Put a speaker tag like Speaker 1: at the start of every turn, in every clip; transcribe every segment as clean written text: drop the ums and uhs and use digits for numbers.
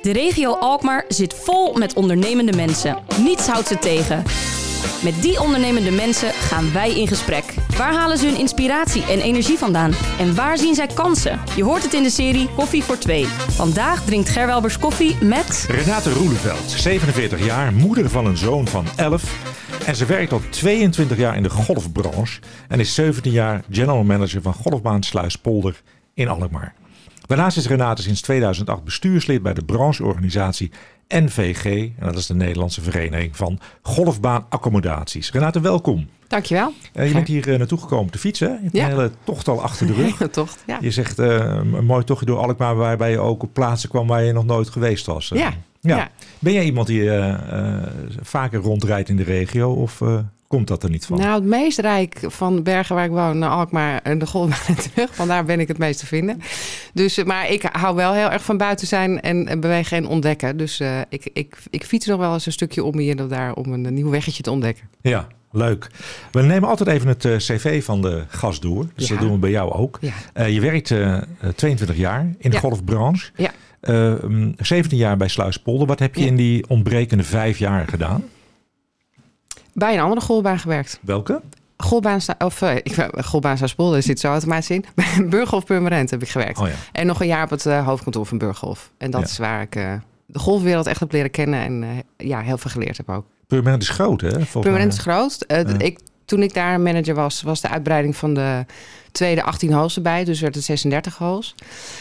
Speaker 1: De regio Alkmaar zit vol met ondernemende mensen. Niets houdt ze tegen. Met die ondernemende mensen gaan wij in gesprek. Waar halen ze hun inspiratie en energie vandaan? En waar zien zij kansen? Je hoort het in de serie Koffie voor Twee. Vandaag drinkt Gerwelbers koffie met...
Speaker 2: Renate Roeleveld, 47 jaar, moeder van een zoon van 11. En ze werkt al 22 jaar in de golfbranche. En is 17 jaar general manager van golfbaan Sluispolder in Alkmaar. Daarnaast is Renate sinds 2008 bestuurslid bij de brancheorganisatie NVG. En dat is de Nederlandse Vereniging van Golfbaanaccommodaties. Renate, welkom.
Speaker 3: Dankjewel.
Speaker 2: Je bent hier naartoe gekomen te fietsen. Je hebt een hele tocht al achter de rug.
Speaker 3: Tocht, ja.
Speaker 2: Je zegt een mooi tochtje door Alkmaar waarbij je ook op plaatsen kwam waar je nog nooit geweest was. Ja. Ben jij iemand die vaker rondrijdt in de regio of komt dat er niet van?
Speaker 3: Nou, het meest rijk van de bergen waar ik woon naar Alkmaar en de golfbaan terug. Vandaar ben ik het meest te vinden. Dus, maar ik hou wel heel erg van buiten zijn en bewegen en ontdekken. Dus ik fiets nog wel eens een stukje om hier en daar om een nieuw weggetje te ontdekken.
Speaker 2: Ja, leuk. We nemen altijd even het cv van de gast door. Dus dat doen we bij jou ook. Ja. Je werkt 22 jaar in de golfbranche. Ja. 17 jaar bij Sluispolder. Wat heb je in die ontbrekende 5 jaar gedaan?
Speaker 3: Bij een andere golfbaan gewerkt.
Speaker 2: Welke?
Speaker 3: Golfbaan Sluispolder zit zo automatisch in. Bij Burggolf Purmerend heb ik gewerkt. Oh ja. En nog een jaar op het hoofdkantoor van Burggolf. En dat is waar ik de golfwereld echt heb leren kennen en heel veel geleerd heb ook.
Speaker 2: Purmerend is groot, hè?
Speaker 3: Purmerend is groot. Toen ik daar manager was de uitbreiding van de tweede 18 holes erbij. Dus werd het 36 holes.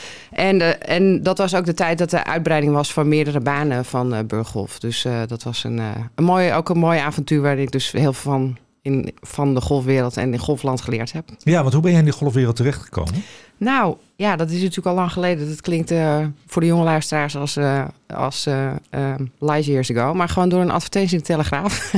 Speaker 3: En dat was ook de tijd dat de uitbreiding was van meerdere banen van Burggolf. Dus dat was een mooi avontuur waar ik dus heel veel van de golfwereld en in golfland geleerd heb. Ja,
Speaker 2: want hoe ben je in die golfwereld terechtgekomen?
Speaker 3: Nou, ja, dat is natuurlijk al lang geleden. Dat klinkt voor de jonge luisteraars als light years ago. Maar gewoon door een advertentie in de Telegraaf.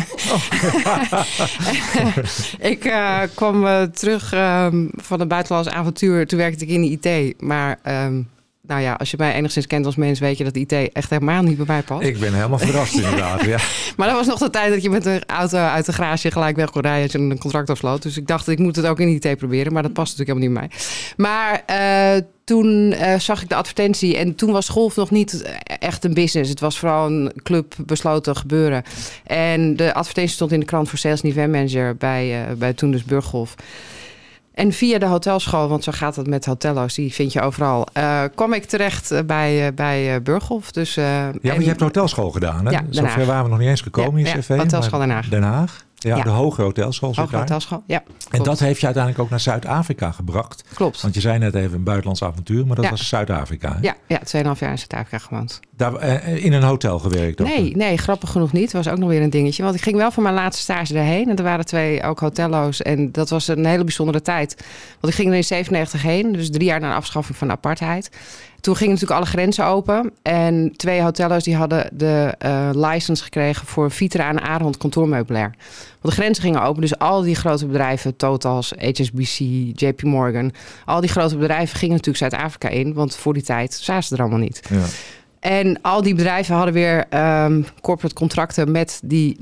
Speaker 3: Ik kwam terug van een buitenlands avontuur. Toen werkte ik in de IT. Maar als je mij enigszins kent als mens, weet je dat IT echt helemaal niet bij mij past.
Speaker 2: Ik ben helemaal verrast inderdaad, ja.
Speaker 3: Maar dat was nog de tijd dat je met een auto uit de garage gelijk weg kon rijden als je een contract afsloot. Dus ik dacht, ik moet het ook in IT proberen. Maar dat past natuurlijk helemaal niet bij mij. Maar toen zag ik de advertentie en toen was golf nog niet echt een business. Het was vooral een club besloten gebeuren. En de advertentie stond in de krant voor sales and event manager bij toen dus Burggolf. En via de hotelschool, want zo gaat het met hotello's, die vind je overal, kwam ik terecht bij Burggolf. Dus,
Speaker 2: want je hebt de hotelschool gedaan, hè?
Speaker 3: Ja,
Speaker 2: zover waren we nog niet eens gekomen in CV.
Speaker 3: Hotelschool Den Haag.
Speaker 2: Den Haag. Ja, de Hoge Hotelschool zit daar.
Speaker 3: Hotelschool, ja.
Speaker 2: En dat heeft je uiteindelijk ook naar Zuid-Afrika gebracht.
Speaker 3: Klopt.
Speaker 2: Want je zei net even een buitenlands avontuur, maar dat was Zuid-Afrika. Hè?
Speaker 3: Ja, 2,5 jaar in Zuid-Afrika gewoond.
Speaker 2: Daar in een hotel gewerkt ook?
Speaker 3: Nee, grappig genoeg niet. Dat was ook nog weer een dingetje. Want ik ging wel voor mijn laatste stage daarheen. En er waren 2 ook hotello's. En dat was een hele bijzondere tijd. Want ik ging er in 97 heen. Dus 3 jaar na de afschaffing van de apartheid. Toen gingen natuurlijk alle grenzen open. En 2 hotello's die hadden de license gekregen voor Vitra en Arendt kantoormeubilair. Want de grenzen gingen open. Dus al die grote bedrijven, Totals, HSBC, JP Morgan. Al die grote bedrijven gingen natuurlijk Zuid-Afrika in. Want voor die tijd zaten ze er allemaal niet. Ja. En al die bedrijven hadden weer corporate contracten met die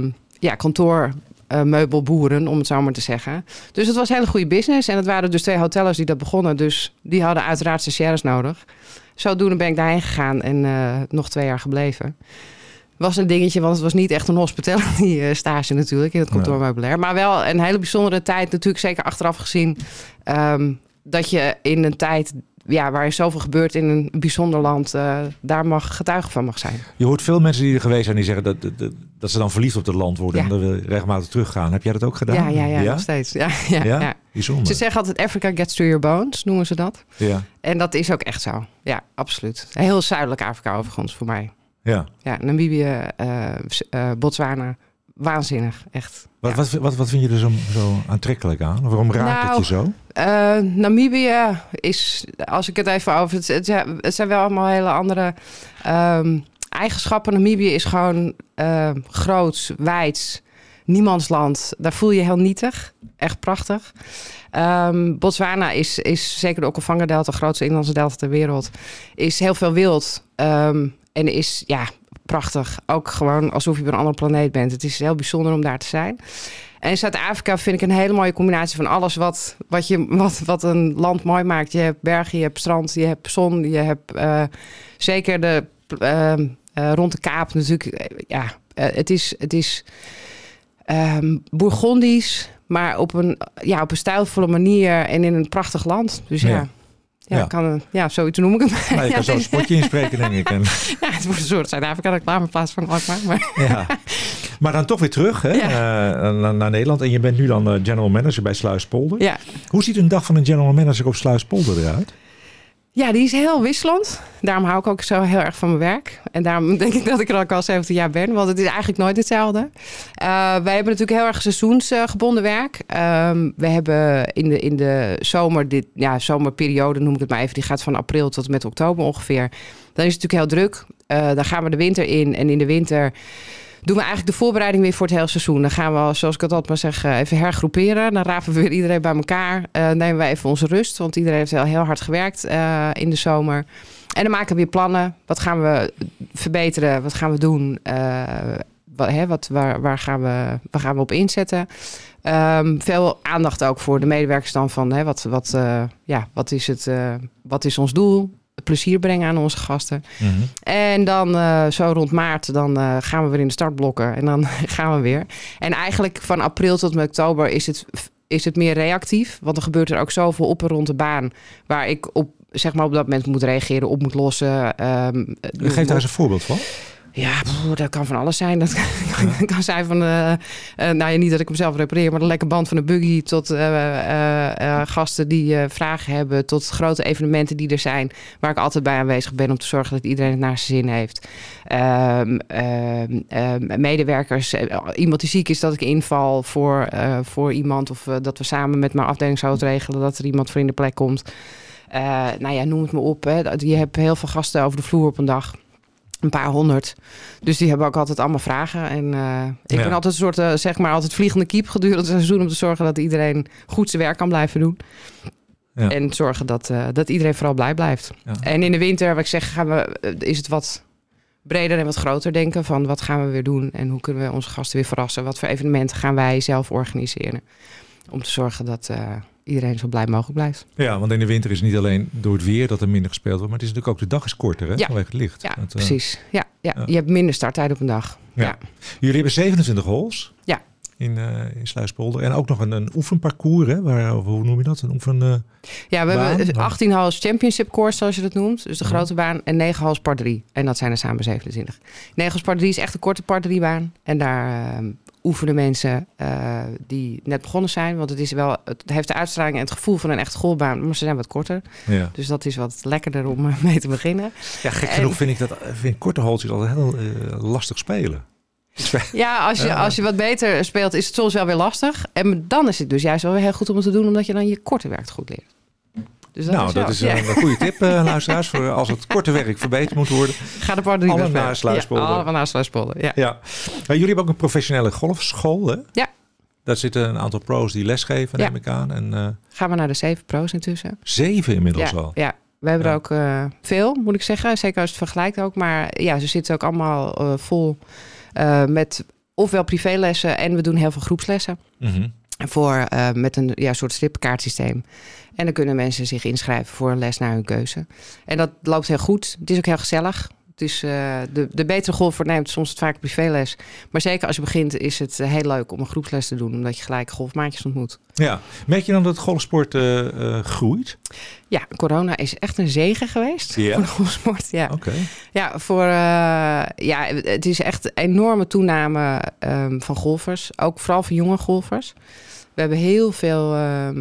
Speaker 3: kantoormeubelboeren, om het zo maar te zeggen. Dus het was een hele goede business. En het waren dus 2 hotellers die dat begonnen. Dus die hadden uiteraard stagiaires nodig. Zodoende ben ik daarheen gegaan en nog 2 jaar gebleven. Was een dingetje, want het was niet echt een hospitality stage natuurlijk in het kantoormeubilair. Maar wel een hele bijzondere tijd, natuurlijk zeker achteraf gezien. Dat je in een tijd waar er zoveel gebeurt in een bijzonder land, daar getuige van mag zijn.
Speaker 2: Je hoort veel mensen die er geweest zijn die zeggen dat ze dan verliefd op het land worden en dat we regelmatig teruggaan. Heb jij dat ook gedaan?
Speaker 3: Ja, nog steeds. Ja.
Speaker 2: Bijzonder.
Speaker 3: Ze zeggen altijd Africa gets to your bones, noemen ze dat. Ja. En dat is ook echt zo. Ja, absoluut. Heel zuidelijk Afrika overigens voor mij. Ja, Namibië, Botswana, waanzinnig, echt.
Speaker 2: Wat vind je er zo aantrekkelijk aan? Waarom raakt het je zo?
Speaker 3: Namibië is, als ik het even over... Het zijn wel allemaal hele andere eigenschappen. Namibië is gewoon groots, wijds, niemandsland. Daar voel je heel nietig. Echt prachtig. Botswana is zeker de Okavango-delta, de grootste inlandse delta ter wereld. Is heel veel wild. En is prachtig. Ook gewoon alsof je op een andere planeet bent. Het is heel bijzonder om daar te zijn. En in Zuid-Afrika vind ik een hele mooie combinatie van alles wat een land mooi maakt. Je hebt bergen, je hebt strand, je hebt zon, je hebt zeker de rond de Kaap natuurlijk... Het is Bourgondisch, maar op een stijlvolle manier en in een prachtig land. Dus zoiets noem ik het.
Speaker 2: Nou, je kan zo'n spotje inspreken, denk ik.
Speaker 3: Ja, het wordt een soort Zuid-Afrika-reclameplaats van Alkmaar.
Speaker 2: Maar dan toch weer terug naar Nederland. En je bent nu dan general manager bij Sluispolder.
Speaker 3: Ja.
Speaker 2: Hoe ziet een dag van een general manager op Sluispolder eruit?
Speaker 3: Ja, die is heel wisselend. Daarom hou ik ook zo heel erg van mijn werk. En daarom denk ik dat ik er ook al 17 jaar ben. Want het is eigenlijk nooit hetzelfde. Wij hebben natuurlijk heel erg seizoensgebonden werk. We hebben in de zomer, zomerperiode noem ik het maar even. Die gaat van april tot en met oktober ongeveer. Dan is het natuurlijk heel druk. Dan gaan we de winter in. En in de winter doen we eigenlijk de voorbereiding weer voor het hele seizoen. Dan gaan we, zoals ik het altijd maar zeg, even hergroeperen. Dan rapen we weer iedereen bij elkaar. Nemen we even onze rust. Want iedereen heeft heel hard gewerkt in de zomer. En dan maken we weer plannen. Wat gaan we verbeteren? Wat gaan we doen? Waar gaan we op inzetten? Veel aandacht ook voor de medewerkers dan van wat is ons doel? Plezier brengen aan onze gasten. Mm-hmm. En dan zo rond maart, dan gaan we weer in de startblokken. En dan gaan we weer. En eigenlijk van april tot met oktober is het meer reactief. Want er gebeurt er ook zoveel op en rond de baan. Waar ik op dat moment moet reageren, op moet lossen.
Speaker 2: Geef daar eens een voorbeeld van.
Speaker 3: Ja, dat kan van alles zijn. Dat kan zijn van, niet dat ik hem zelf repareer, maar de lekke band van de buggy tot gasten die vragen hebben, tot grote evenementen die er zijn, waar ik altijd bij aanwezig ben om te zorgen dat iedereen het naar zijn zin heeft. Medewerkers, iemand die ziek is, dat ik inval voor iemand of dat we samen met mijn afdeling zouden regelen dat er iemand voor in de plek komt. Noem het maar op. Hè. Je hebt heel veel gasten over de vloer op een dag. Een paar 100. Dus die hebben ook altijd allemaal vragen. En ik ben altijd een soort, altijd vliegende kiep gedurende het seizoen om te zorgen dat iedereen goed zijn werk kan blijven doen. Ja. En zorgen dat iedereen vooral blij blijft. Ja. En in de winter, wat ik zeg, is het wat breder en wat groter denken van wat gaan we weer doen en hoe kunnen we onze gasten weer verrassen. Wat voor evenementen gaan wij zelf organiseren. Om te zorgen dat iedereen zo blij mogelijk blijft. Ja,
Speaker 2: want in de winter is het niet alleen door het weer dat er minder gespeeld wordt, maar het is natuurlijk ook de dag is korter, hè? Vanwege het licht.
Speaker 3: Ja, precies. Ja, je hebt minder starttijd op een dag. Ja.
Speaker 2: Jullie hebben 27 holes.
Speaker 3: Ja.
Speaker 2: In Sluispolder. En ook nog een oefenparcours, hè? Hoe noem je dat? Een oefen.
Speaker 3: We hebben 18 holes championship course, zoals je dat noemt. Dus de grote baan. En 9 holes par 3. En dat zijn er samen 27. 9 holes par 3 is echt een korte par 3 baan. En daar oefenen mensen die net begonnen zijn. Want het heeft de uitstraling en het gevoel van een echte golfbaan. Maar ze zijn wat korter. Ja. Dus dat is wat lekkerder om mee te beginnen.
Speaker 2: Ja, gek genoeg vind ik korte holes altijd heel lastig spelen.
Speaker 3: Ja, als je wat beter speelt, is het soms wel weer lastig. En dan is het dus juist wel weer heel goed om het te doen, omdat je dan je korte werk goed leert. Dus
Speaker 2: dat is een goede tip, luisteraars. Voor als het korte werk verbeterd moet worden.
Speaker 3: Ga de partner
Speaker 2: allemaal naar Sluispolder.
Speaker 3: Allemaal naar Sluispolder, ja.
Speaker 2: Jullie hebben ook een professionele golfschool, hè? Ja. Daar zitten een aantal pro's die lesgeven, neem ik aan. En,
Speaker 3: gaan we naar de 7 pro's intussen.
Speaker 2: 7 inmiddels al?
Speaker 3: Ja. We hebben er ook veel, moet ik zeggen. Zeker als je het vergelijkt ook. Maar ja, ze zitten ook allemaal vol met ofwel privélessen en we doen heel veel groepslessen. Mm-hmm. Met een soort stripkaartsysteem. En dan kunnen mensen zich inschrijven voor een les naar hun keuze. En dat loopt heel goed. Het is ook heel gezellig. Het is, de betere golfer neemt soms vaak privéles. Maar zeker als je begint is het heel leuk om een groepsles te doen. Omdat je gelijk golfmaatjes ontmoet. Ja.
Speaker 2: Merk je dan dat golfsport groeit?
Speaker 3: Ja, corona is echt een zegen geweest voor de golfsport. Ja.
Speaker 2: Okay.
Speaker 3: Ja, het is echt een enorme toename van golfers. Ook vooral van jonge golfers. We hebben heel veel...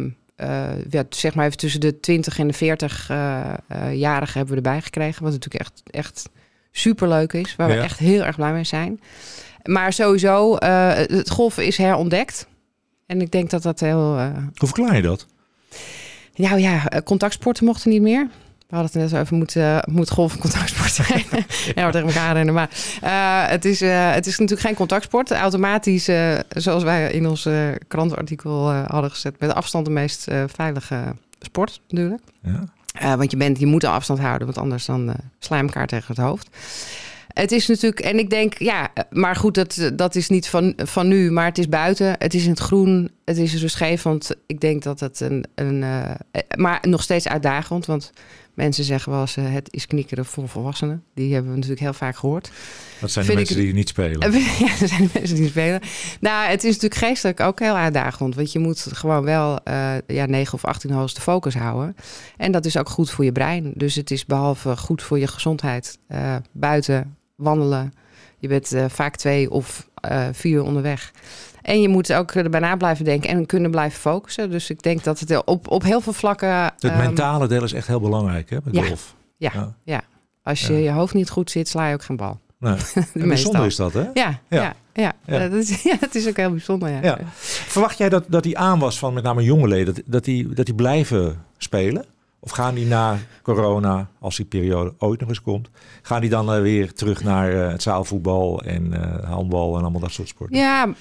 Speaker 3: zeg maar even tussen de 20 en de 40-jarigen hebben we erbij gekregen. Wat natuurlijk echt superleuk is. Waar we echt heel erg blij mee zijn. Maar sowieso, het golfen is herontdekt. En ik denk dat heel...
Speaker 2: Hoe verklaar je dat?
Speaker 3: Nou ja, contactsporten mochten niet meer. We hadden het net over, moet golf een contactsport zijn? Ja, we tegen elkaar rennen. Maar het is natuurlijk geen contactsport. Automatisch, zoals wij in ons krantenartikel hadden gezet, met afstand de meest veilige sport natuurlijk. Ja. Want je moet de afstand houden, want anders dan sla je elkaar tegen het hoofd. Het is natuurlijk, en ik denk, maar goed, dat is niet van nu, maar het is buiten. Het is in het groen, het is rustgevend. Ik denk dat het maar nog steeds uitdagend, want Mensen zeggen wel eens, het is knikkeren voor volwassenen. Die hebben we natuurlijk heel vaak gehoord.
Speaker 2: Dat zijn de mensen die niet spelen.
Speaker 3: Ja, dat zijn de mensen die spelen. Nou, het is natuurlijk geestelijk ook heel uitdagend. Want je moet gewoon wel 9 of 18 holes de focus houden. En dat is ook goed voor je brein. Dus het is behalve goed voor je gezondheid. Buiten, wandelen. Je bent vaak 2 of 4 uur onderweg. En je moet ook erbij na blijven denken en kunnen blijven focussen. Dus ik denk dat het op heel veel vlakken...
Speaker 2: Het mentale deel is echt heel belangrijk, hè, bij golf.
Speaker 3: Ja. Als je hoofd niet goed zit, sla je ook geen bal.
Speaker 2: Nee. Bijzonder is dat, hè?
Speaker 3: Ja. Dat is ook heel bijzonder,
Speaker 2: ja. Verwacht jij dat die aan was van met name jonge leden, dat die blijven spelen? Of gaan die na corona, als die periode ooit nog eens komt, gaan die dan weer terug naar het zaalvoetbal en handbal en allemaal dat soort sporten?
Speaker 3: Ja,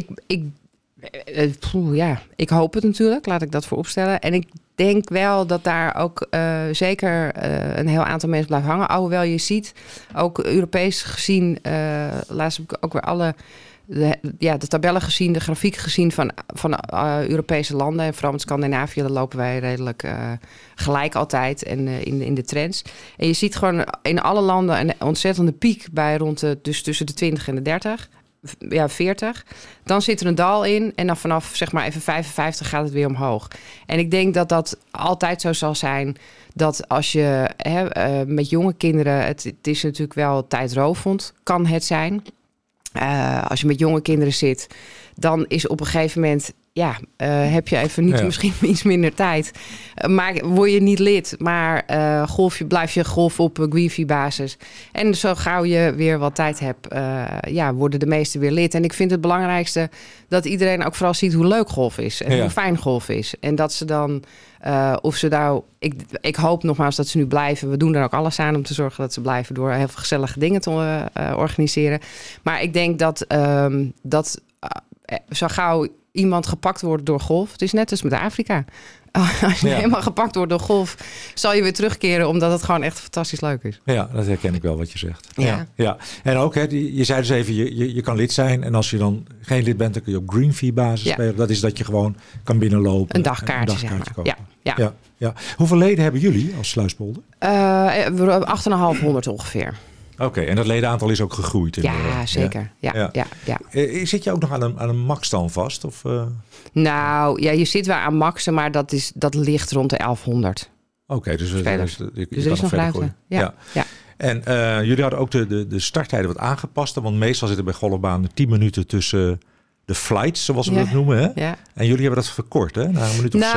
Speaker 3: ik hoop het natuurlijk, laat ik dat voor opstellen. En ik denk wel dat daar ook zeker een heel aantal mensen blijven hangen. Alhoewel je ziet, ook Europees gezien, laatst heb ik ook weer de tabellen gezien, de grafiek gezien van Europese landen. En vooral met Scandinavië, daar lopen wij redelijk gelijk altijd en in de trends. En je ziet gewoon in alle landen een ontzettende piek bij dus tussen de 20 en de 30. Ja, 40. Dan zit er een dal in en dan vanaf zeg maar even 55 gaat het weer omhoog. En ik denk dat dat altijd zo zal zijn dat als je met jonge kinderen, het is natuurlijk wel tijdrovend, kan het zijn. Als je met jonge kinderen zit, dan is op een gegeven moment heb je even niet misschien iets minder tijd. Maar word je niet lid, maar blijf je golf op Guifi-basis. En zo gauw je weer wat tijd hebt, worden de meesten weer lid. En ik vind het belangrijkste dat iedereen ook vooral ziet hoe leuk golf is. En hoe fijn golf is. En dat ze dan, ik hoop nogmaals dat ze nu blijven. We doen er ook alles aan om te zorgen dat ze blijven door heel veel gezellige dingen te organiseren. Maar ik denk dat zo gauw iemand gepakt wordt door golf. Het is net als met Afrika. Als je helemaal gepakt wordt door golf, zal je weer terugkeren, omdat het gewoon echt fantastisch leuk is.
Speaker 2: Ja, dat herken ik wel wat je zegt. Ja. En ook, je zei dus even, je kan lid zijn. En als je dan geen lid bent, dan kun je op green fee basis spelen. Dat is dat je gewoon kan binnenlopen.
Speaker 3: Een dagkaartje, zeg maar.
Speaker 2: Kopen. Ja. Hoeveel leden hebben jullie als Sluispolder?
Speaker 3: 8.500 ongeveer.
Speaker 2: Oké, en dat ledenaantal is ook gegroeid?
Speaker 3: Ja, zeker. Ja.
Speaker 2: Zit je ook nog aan een max dan vast? Of,
Speaker 3: Nou, je zit wel aan maxen, maar dat ligt rond de 1100.
Speaker 2: Oké, dus
Speaker 3: er is nog ruimte. Ja.
Speaker 2: En jullie hadden ook de starttijden wat aangepast. Want meestal zitten bij golfbanen 10 minuten tussen de flights, zoals we dat noemen. Hè? Ja. En jullie hebben dat verkort, hè? Na een minuut of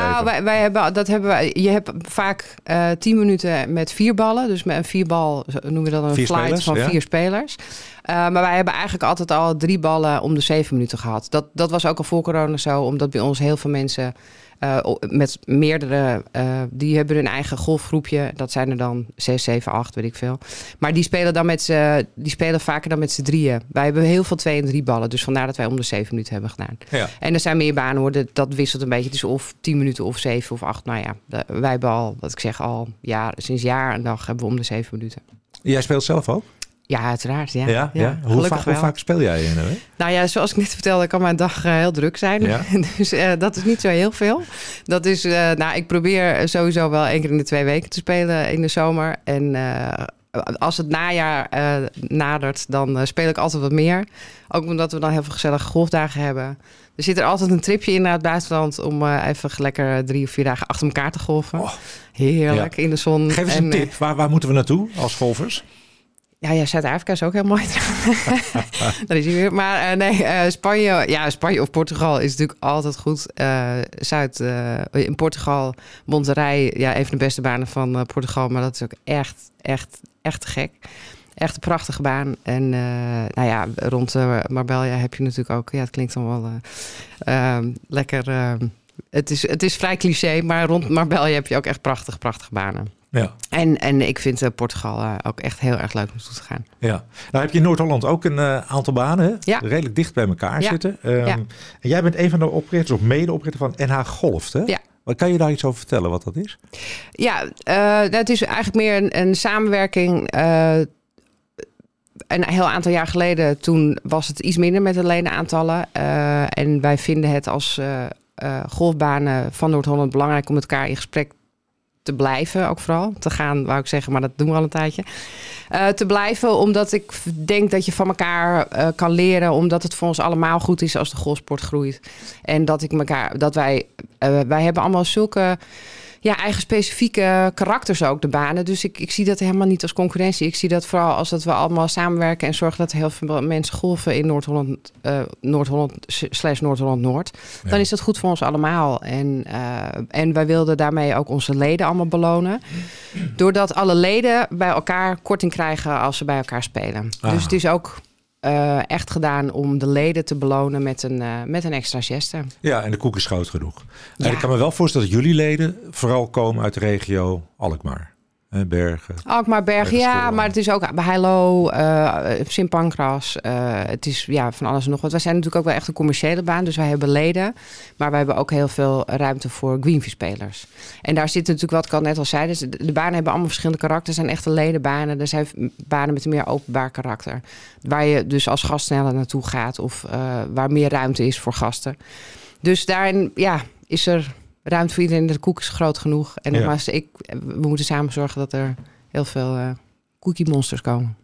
Speaker 2: 7.
Speaker 3: Je hebt vaak 10 minuten met 4 ballen. Dus met een 4-bal noemen we dan een
Speaker 2: 4
Speaker 3: flight
Speaker 2: spelers,
Speaker 3: van 4 spelers. Maar wij hebben eigenlijk altijd al 3 ballen om de 7 minuten gehad. Dat was ook al voor corona zo, omdat bij ons heel veel mensen met meerdere, die hebben hun eigen golfgroepje. Dat zijn er dan 6, 7, 8, weet ik veel. Maar die spelen vaker dan met z'n drieën. Wij hebben heel veel 2 en 3 ballen. Dus vandaar dat wij om de 7 minuten hebben gedaan. Ja. En er zijn meer banen hoor. Dat wisselt een beetje. Het is of 10 minuten of 7 of 8. Nou ja, wij hebben al, wat ik zeg, sinds jaar en dag hebben we om de 7 minuten.
Speaker 2: Jij speelt zelf ook?
Speaker 3: Ja, uiteraard. Ja.
Speaker 2: Hoe vaak speel jij in? Hè?
Speaker 3: Nou ja, zoals ik net vertelde, kan mijn dag heel druk zijn. Ja. Dus dat is niet zo heel veel. Dat is, ik probeer sowieso wel 1 keer in de 2 weken te spelen in de zomer. En als het najaar nadert, dan speel ik altijd wat meer. Ook omdat we dan heel veel gezellige golfdagen hebben. Er zit er altijd een tripje in naar het buitenland om even lekker 3 of 4 dagen achter elkaar te golfen. Oh. Heerlijk in de zon.
Speaker 2: Geef eens een tip. Waar moeten we naartoe als golfers?
Speaker 3: Ja, Zuid-Afrika is ook heel mooi. Dat is hij weer. Maar Spanje of Portugal is natuurlijk altijd goed. In Portugal, Monterrey, een van de beste banen van Portugal. Maar dat is ook echt te gek. Echt een prachtige baan. En rond Marbella heb je natuurlijk ook... Ja, het klinkt dan wel lekker... Het is vrij cliché, maar rond Marbella heb je ook echt prachtige banen. Ja. En ik vind Portugal ook echt heel erg leuk om naartoe te gaan.
Speaker 2: Ja. Nou heb je in Noord-Holland ook een aantal banen, hè? Ja. Redelijk dicht bij elkaar zitten. En jij bent een van de oprichters of mede-oprichter van NH Golf, hè? Ja. Wat kan je daar iets over vertellen wat dat is? Ja,
Speaker 3: het is eigenlijk meer een samenwerking. Een heel aantal jaar geleden, toen was het iets minder met de ledenaantallen. En wij vinden het als golfbanen van Noord-Holland belangrijk om met elkaar in gesprek te blijven ook vooral. Te gaan, wou ik zeggen, maar dat doen we al een tijdje. Te blijven, omdat ik denk dat je van elkaar kan leren. Omdat het voor ons allemaal goed is als de golfsport groeit. En dat wij hebben allemaal zulke eigen specifieke karakters ook, de banen. Dus ik zie dat helemaal niet als concurrentie. Ik zie dat vooral als dat we allemaal samenwerken en zorgen dat er heel veel mensen golven in Noord-Holland, Noord-Holland-Noord.
Speaker 2: Ja.
Speaker 3: Dan is dat goed voor ons allemaal. En wij wilden daarmee ook onze leden allemaal belonen. Doordat alle leden bij elkaar korting krijgen als ze bij elkaar spelen.
Speaker 2: Ah.
Speaker 3: Dus het is ook echt gedaan om de leden te belonen met een extra geste.
Speaker 2: Ja, en de koek is groot genoeg.
Speaker 3: Ja.
Speaker 2: En ik kan me wel voorstellen dat jullie leden vooral komen uit de regio Alkmaar. Bergen.
Speaker 3: Alkmaar, Bergen, ja, maar het is ook bij Heilo, Sint Pancras. Het is van alles en nog wat. Wij zijn natuurlijk ook wel echt een commerciële baan, dus wij hebben leden. Maar wij hebben ook heel veel ruimte voor Greenfee-spelers. En daar zit natuurlijk, wat ik al net al zei, dus de banen hebben allemaal verschillende karakters. Er zijn echte ledenbanen, er zijn banen met een meer openbaar karakter. Waar je dus als gast sneller naartoe gaat of waar meer ruimte is voor gasten. Dus daarin, is er ruimte voor iedereen. De koek is groot genoeg. En nogmaals, we moeten samen zorgen dat er heel veel cookie monsters komen.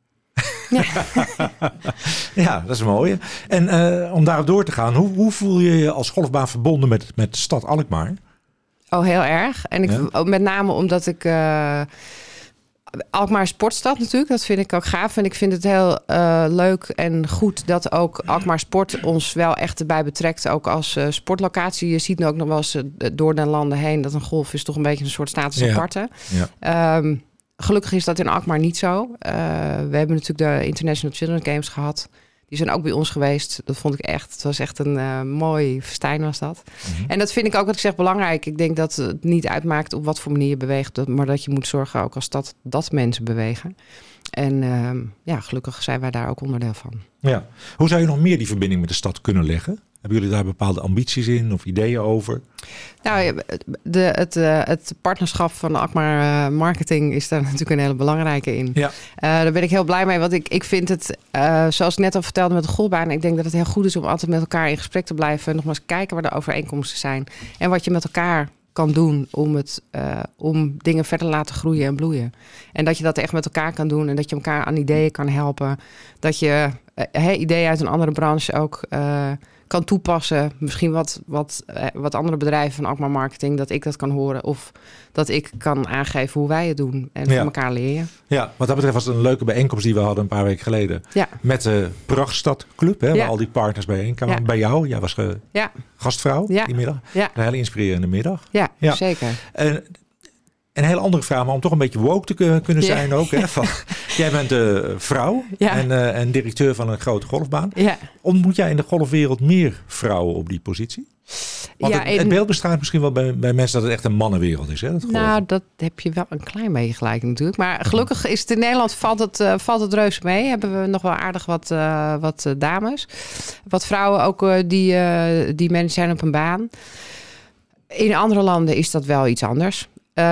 Speaker 2: Ja, dat is mooi. En om daarop door te gaan, hoe voel je je als golfbaan verbonden met de stad Alkmaar?
Speaker 3: Oh, heel erg. En met name omdat ik Alkmaar Sportstad natuurlijk, dat vind ik ook gaaf. En ik vind het heel leuk en goed dat ook Alkmaar Sport ons wel echt erbij betrekt. Ook als sportlocatie. Je ziet nu ook nog wel eens door de landen heen dat een golf is toch een beetje een soort status aparte. Ja. Gelukkig is dat in Alkmaar niet zo. We hebben natuurlijk de International Children's Games gehad. Die zijn ook bij ons geweest. Dat vond ik echt. Het was echt een mooi festijn was dat. Mm-hmm. En dat vind ik ook, wat ik zeg, belangrijk. Ik denk dat het niet uitmaakt op wat voor manier je beweegt. Maar dat je moet zorgen ook als stad dat mensen bewegen. En gelukkig zijn wij daar ook onderdeel van. Ja.
Speaker 2: Hoe zou je nog meer die verbinding met de stad kunnen leggen? Hebben jullie daar bepaalde ambities in of ideeën over?
Speaker 3: Nou, het partnerschap van Alkmaar Marketing is daar natuurlijk een hele belangrijke in. Ja. Daar ben ik heel blij mee, want ik vind het, zoals ik net al vertelde met de golfbaan, ik denk dat het heel goed is om altijd met elkaar in gesprek te blijven. Nogmaals kijken waar de overeenkomsten zijn en wat je met elkaar kan doen om dingen verder te laten groeien en bloeien. En dat je dat echt met elkaar kan doen en dat je elkaar aan ideeën kan helpen. Dat je ideeën uit een andere branche ook kan toepassen. Misschien wat andere bedrijven van Alkmaar Marketing, dat ik dat kan horen. Of dat ik kan aangeven hoe wij het doen. En van elkaar leren. Ja,
Speaker 2: wat dat betreft was het een leuke bijeenkomst die we hadden een paar weken geleden. Ja. Met de Prachtstad Club, waar al die partners bijeen kwamen. Ja. Bij jou, jij was gastvrouw die middag. Ja. Een hele inspirerende middag.
Speaker 3: Ja, zeker.
Speaker 2: Een hele andere vraag, maar om toch een beetje woke te kunnen zijn ook. Hè? Jij bent vrouw en directeur van een grote golfbaan. Ja. Ontmoet jij in de golfwereld meer vrouwen op die positie? Want het beeld bestaat misschien wel bij mensen dat het echt een mannenwereld is. Hè,
Speaker 3: dat heb je wel een klein beetje gelijk natuurlijk. Maar gelukkig is het in Nederland valt het reuze mee. Hebben we nog wel aardig wat dames. Wat vrouwen ook die manager zijn op een baan. In andere landen is dat wel iets anders.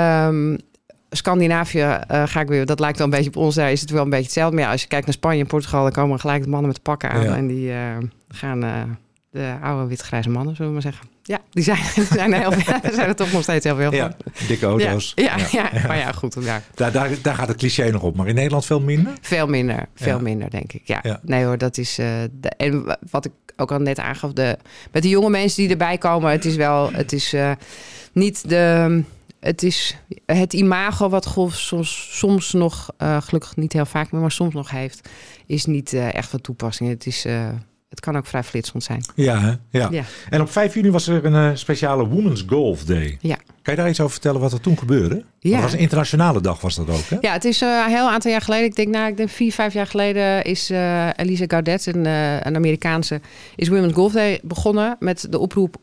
Speaker 3: Scandinavië dat lijkt wel een beetje op ons. Daar is het wel een beetje hetzelfde. Maar als je kijkt naar Spanje en Portugal, dan komen gelijk de mannen met de pakken aan. Ja. En die gaan de oude wit-grijze mannen, zullen we maar zeggen. Ja, die zijn er toch nog steeds heel veel van.
Speaker 2: Ja, dikke auto's.
Speaker 3: Ja. Maar goed. Ja.
Speaker 2: Daar gaat het cliché nog op. Maar in Nederland veel minder?
Speaker 3: Veel minder, denk ik. Ja. Nee hoor, dat is... en wat ik ook al net aangaf, met de jonge mensen die erbij komen, het is niet de... Het is het imago wat golf soms nog, gelukkig niet heel vaak meer, maar soms nog heeft, is niet echt van toepassing. Het kan ook vrij flitsend zijn.
Speaker 2: Ja. En op 5 juni was er een speciale Women's Golf Day. Ja. Kan je daar iets over vertellen wat er toen gebeurde? Ja. Het was een internationale dag, was dat ook, hè?
Speaker 3: Ja, het is een heel aantal jaar geleden. Ik denk 4-5 jaar geleden is Elise Gaudet, een Amerikaanse, is Women's Golf Day begonnen met de oproep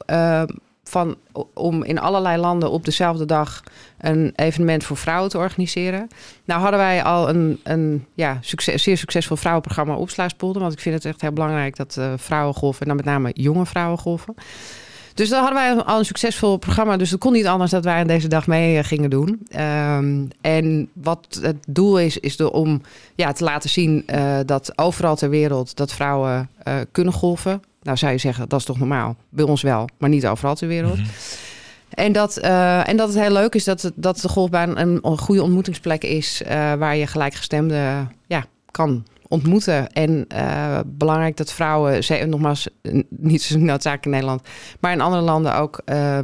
Speaker 3: om in allerlei landen op dezelfde dag een evenement voor vrouwen te organiseren. Nou hadden wij al een zeer succesvol vrouwenprogramma op Sluispolder. Want ik vind het echt heel belangrijk dat vrouwen golfen, en dan met name jonge vrouwen golfen. Dus dan hadden wij al een succesvol programma. Dus het kon niet anders dat wij aan deze dag mee gingen doen. En wat het doel is om te laten zien dat overal ter wereld dat vrouwen kunnen golfen. Nou zou je zeggen, dat is toch normaal? Bij ons wel, maar niet overal ter wereld. Mm-hmm. En dat het heel leuk is dat de golfbaan een goede ontmoetingsplek is... waar je gelijkgestemden kan ontmoeten. En belangrijk dat vrouwen, nogmaals, niet zo noodzakelijk in Nederland... maar in andere landen ook...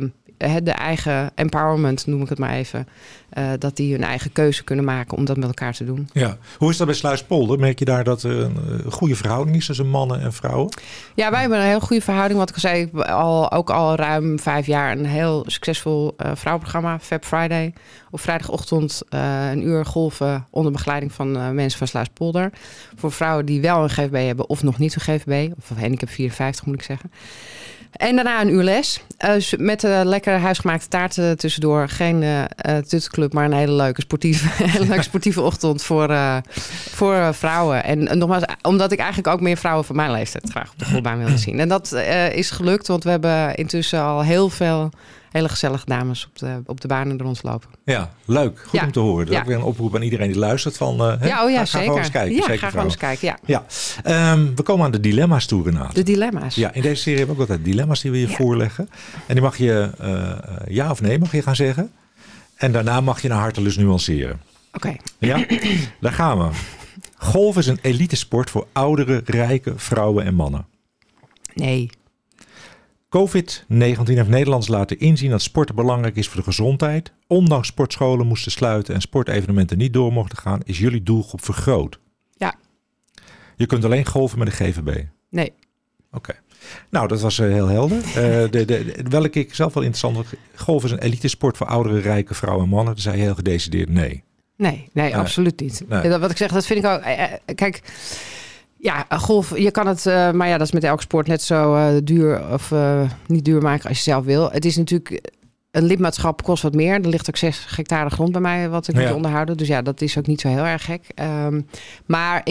Speaker 3: de eigen empowerment, noem ik het maar even... dat die hun eigen keuze kunnen maken om dat met elkaar te doen.
Speaker 2: Ja. Hoe is dat bij Sluispolder? Merk je daar dat er een goede verhouding is tussen mannen en vrouwen? Ja,
Speaker 3: wij hebben een heel goede verhouding. Wat ik al zei, ook al ruim 5 jaar... een heel succesvol vrouwenprogramma, Fab Friday. Op vrijdagochtend 1 uur golven onder begeleiding van mensen van Sluispolder. Voor vrouwen die wel een GVB hebben of nog niet een GVB. Of handicap 54 moet ik zeggen. En daarna 1 uur les. Met lekkere huisgemaakte taarten tussendoor. Geen tuttenclub, maar een hele leuke sportieve ochtend voor vrouwen. En nogmaals, omdat ik eigenlijk ook meer vrouwen van mijn leeftijd graag op de golfbaan wilde zien. En dat is gelukt, want we hebben intussen al heel veel hele gezellige dames op de banen rondlopen.
Speaker 2: Ja, leuk. Goed om te horen. Dat is ook weer een oproep aan iedereen die luistert van...
Speaker 3: ga
Speaker 2: zeker. Gewoon eens kijken.
Speaker 3: Ja, ga gewoon eens kijken,
Speaker 2: ja. We komen aan de dilemma's toe, Renate.
Speaker 3: De dilemma's.
Speaker 2: Ja, in deze serie hebben we ook altijd dilemma's die we je voorleggen. En die mag je ja of nee mag je gaan zeggen. En daarna mag je naar hartelust nuanceren.
Speaker 3: Oké.
Speaker 2: Ja, daar gaan we. Golf is een elitesport voor oudere, rijke vrouwen en mannen.
Speaker 3: Nee.
Speaker 2: COVID-19 heeft Nederlanders laten inzien dat sporten belangrijk is voor de gezondheid. Ondanks sportscholen moesten sluiten en sportevenementen niet door mochten gaan, is jullie doelgroep vergroot.
Speaker 3: Ja.
Speaker 2: Je kunt alleen golfen met een GVB.
Speaker 3: Nee.
Speaker 2: Oké. Nou, dat was heel helder. Welke ik zelf wel interessant vond. Golf is een elitesport voor oudere, rijke vrouwen en mannen. Toen zei je heel gedecideerd nee.
Speaker 3: Nee, absoluut niet.
Speaker 2: Nee.
Speaker 3: Wat ik zeg, dat vind ik ook... Kijk... Ja, golf, je kan het, maar ja, dat is met elke sport net zo duur of niet duur maken als je zelf wil. Het is natuurlijk, een lidmaatschap kost wat meer. Er ligt ook 6 hectare grond bij mij wat ik moet onderhouden. Dus ja, dat is ook niet zo heel erg gek. Maar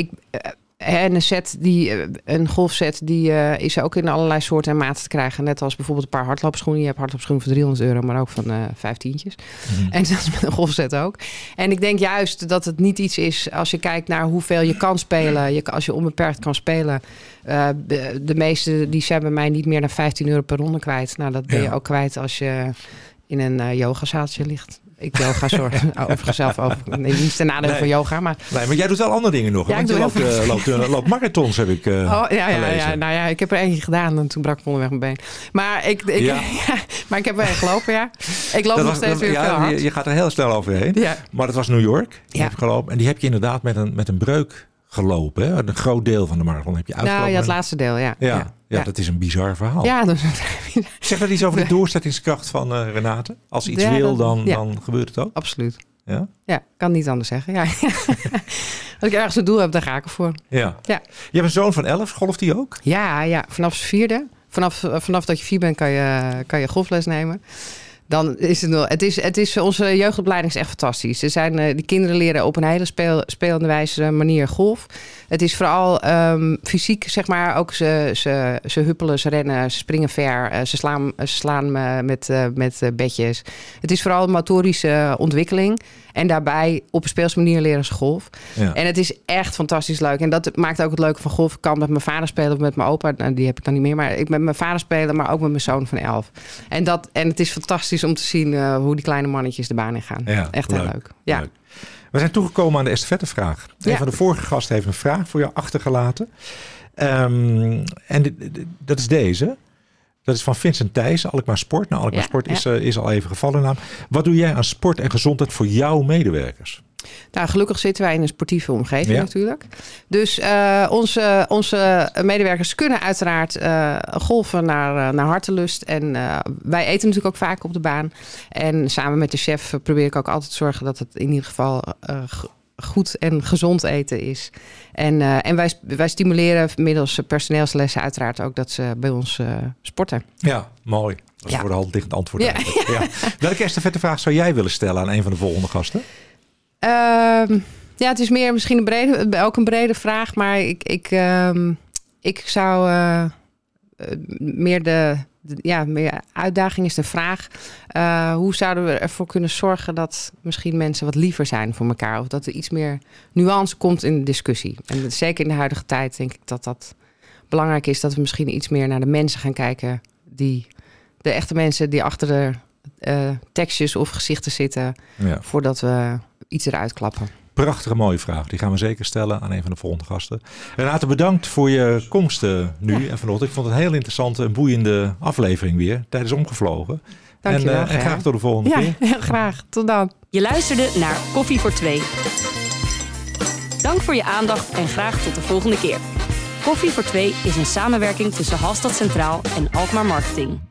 Speaker 3: een golfset die is ook in allerlei soorten en maten te krijgen. Net als bijvoorbeeld een paar hardloopschoenen. Je hebt hardloopschoenen voor €300, maar ook van 5 tientjes. En dat is met een golfset ook. En ik denk juist dat het niet iets is als je kijkt naar hoeveel je kan spelen. Als je onbeperkt kan spelen. De meeste die zijn bij mij niet meer dan €15 per ronde kwijt. Nou, dat ben je ook kwijt als je in een yogazaaltje ligt. Ik yoga zorgen over zelf over. Nee, niet ten nadele van yoga, maar...
Speaker 2: Nee, maar jij doet wel andere dingen nog.
Speaker 3: Ja,
Speaker 2: want je loopt marathons, heb ik gelezen.
Speaker 3: Nou ja, ik heb er eentje gedaan en toen brak ik onderweg mijn been. Maar maar ik heb wel gelopen, ja. Ik loop nog steeds weer veel hard.
Speaker 2: Je gaat er heel snel overheen. Ja. Maar dat was New York. Die heb gelopen. En die heb je inderdaad met een breuk gelopen. Hè? Een groot deel van de marathon heb je uitgelopen.
Speaker 3: Nou ja, het laatste deel,
Speaker 2: Ja, dat is een bizar verhaal.
Speaker 3: Ja, dat is
Speaker 2: Zeg dat iets over de doorzettingskracht van Renate? Als ze iets wil, dan gebeurt het ook?
Speaker 3: Absoluut.
Speaker 2: Ja?
Speaker 3: Ja, kan niet anders zeggen. Ja. Als ik ergens een doel heb, dan ga ik ervoor.
Speaker 2: Ja. Je hebt een zoon van 11, golft die ook?
Speaker 3: Ja, vanaf zijn 4e. Vanaf dat je 4 bent kan je golfles nemen. Dan is het is onze jeugdopleiding is echt fantastisch. Die kinderen leren op een hele spelende wijze manier golf. Het is vooral fysiek, zeg maar. Ook ze huppelen, ze rennen, ze springen ver. Ze slaan met bedjes. Het is vooral een motorische ontwikkeling. En daarbij op een speelse manier leren ze golf. Ja. En het is echt fantastisch leuk. En dat maakt ook het leuke van golf. Ik kan met mijn vader spelen of met mijn opa. Nou, die heb ik dan niet meer. Maar ik met mijn vader spelen, maar ook met mijn zoon van 11. En het is fantastisch om te zien hoe die kleine mannetjes de baan in gaan. Ja, echt heel leuk. Ja.
Speaker 2: Leuk. We zijn toegekomen aan de estafettevraag. Een van de vorige gasten heeft een vraag voor jou achtergelaten. En dat is deze. Dat is van Vincent Thijs, Alkmaar Sport. Nou, Alkmaar Sport is al even gevallen naam. Wat doe jij aan sport en gezondheid voor jouw medewerkers?
Speaker 3: Nou, gelukkig zitten wij in een sportieve omgeving natuurlijk. Dus onze medewerkers kunnen uiteraard golven naar hartelust. En wij eten natuurlijk ook vaak op de baan. En samen met de chef probeer ik ook altijd te zorgen dat het in ieder geval goed en gezond eten is. En wij stimuleren middels personeelslessen uiteraard ook dat ze bij ons sporten.
Speaker 2: Ja, mooi. Dat is voor de hand liggend antwoord. Ja. Welke estafettevraag zou jij willen stellen aan een van de volgende gasten?
Speaker 3: Het is meer misschien een brede vraag, maar ik zou meer uitdaging is de vraag. Hoe zouden we ervoor kunnen zorgen dat misschien mensen wat liever zijn voor elkaar? Of dat er iets meer nuance komt in de discussie. En zeker in de huidige tijd denk ik dat belangrijk is. Dat we misschien iets meer naar de mensen gaan kijken. De echte mensen die achter tekstjes of gezichten zitten voordat we iets eruit klappen.
Speaker 2: Prachtige mooie vraag. Die gaan we zeker stellen aan een van de volgende gasten. Renate, bedankt voor je komst nu en vanochtend. Ik vond het een heel interessante en boeiende aflevering weer. Tijd is omgevlogen.
Speaker 3: Dankjewel.
Speaker 2: En graag tot de volgende keer.
Speaker 3: Ja, heel graag. Tot dan.
Speaker 1: Je luisterde naar Koffie voor Twee. Dank voor je aandacht en graag tot de volgende keer. Koffie voor Twee is een samenwerking tussen Hallstatt Centraal en Alkmaar Marketing.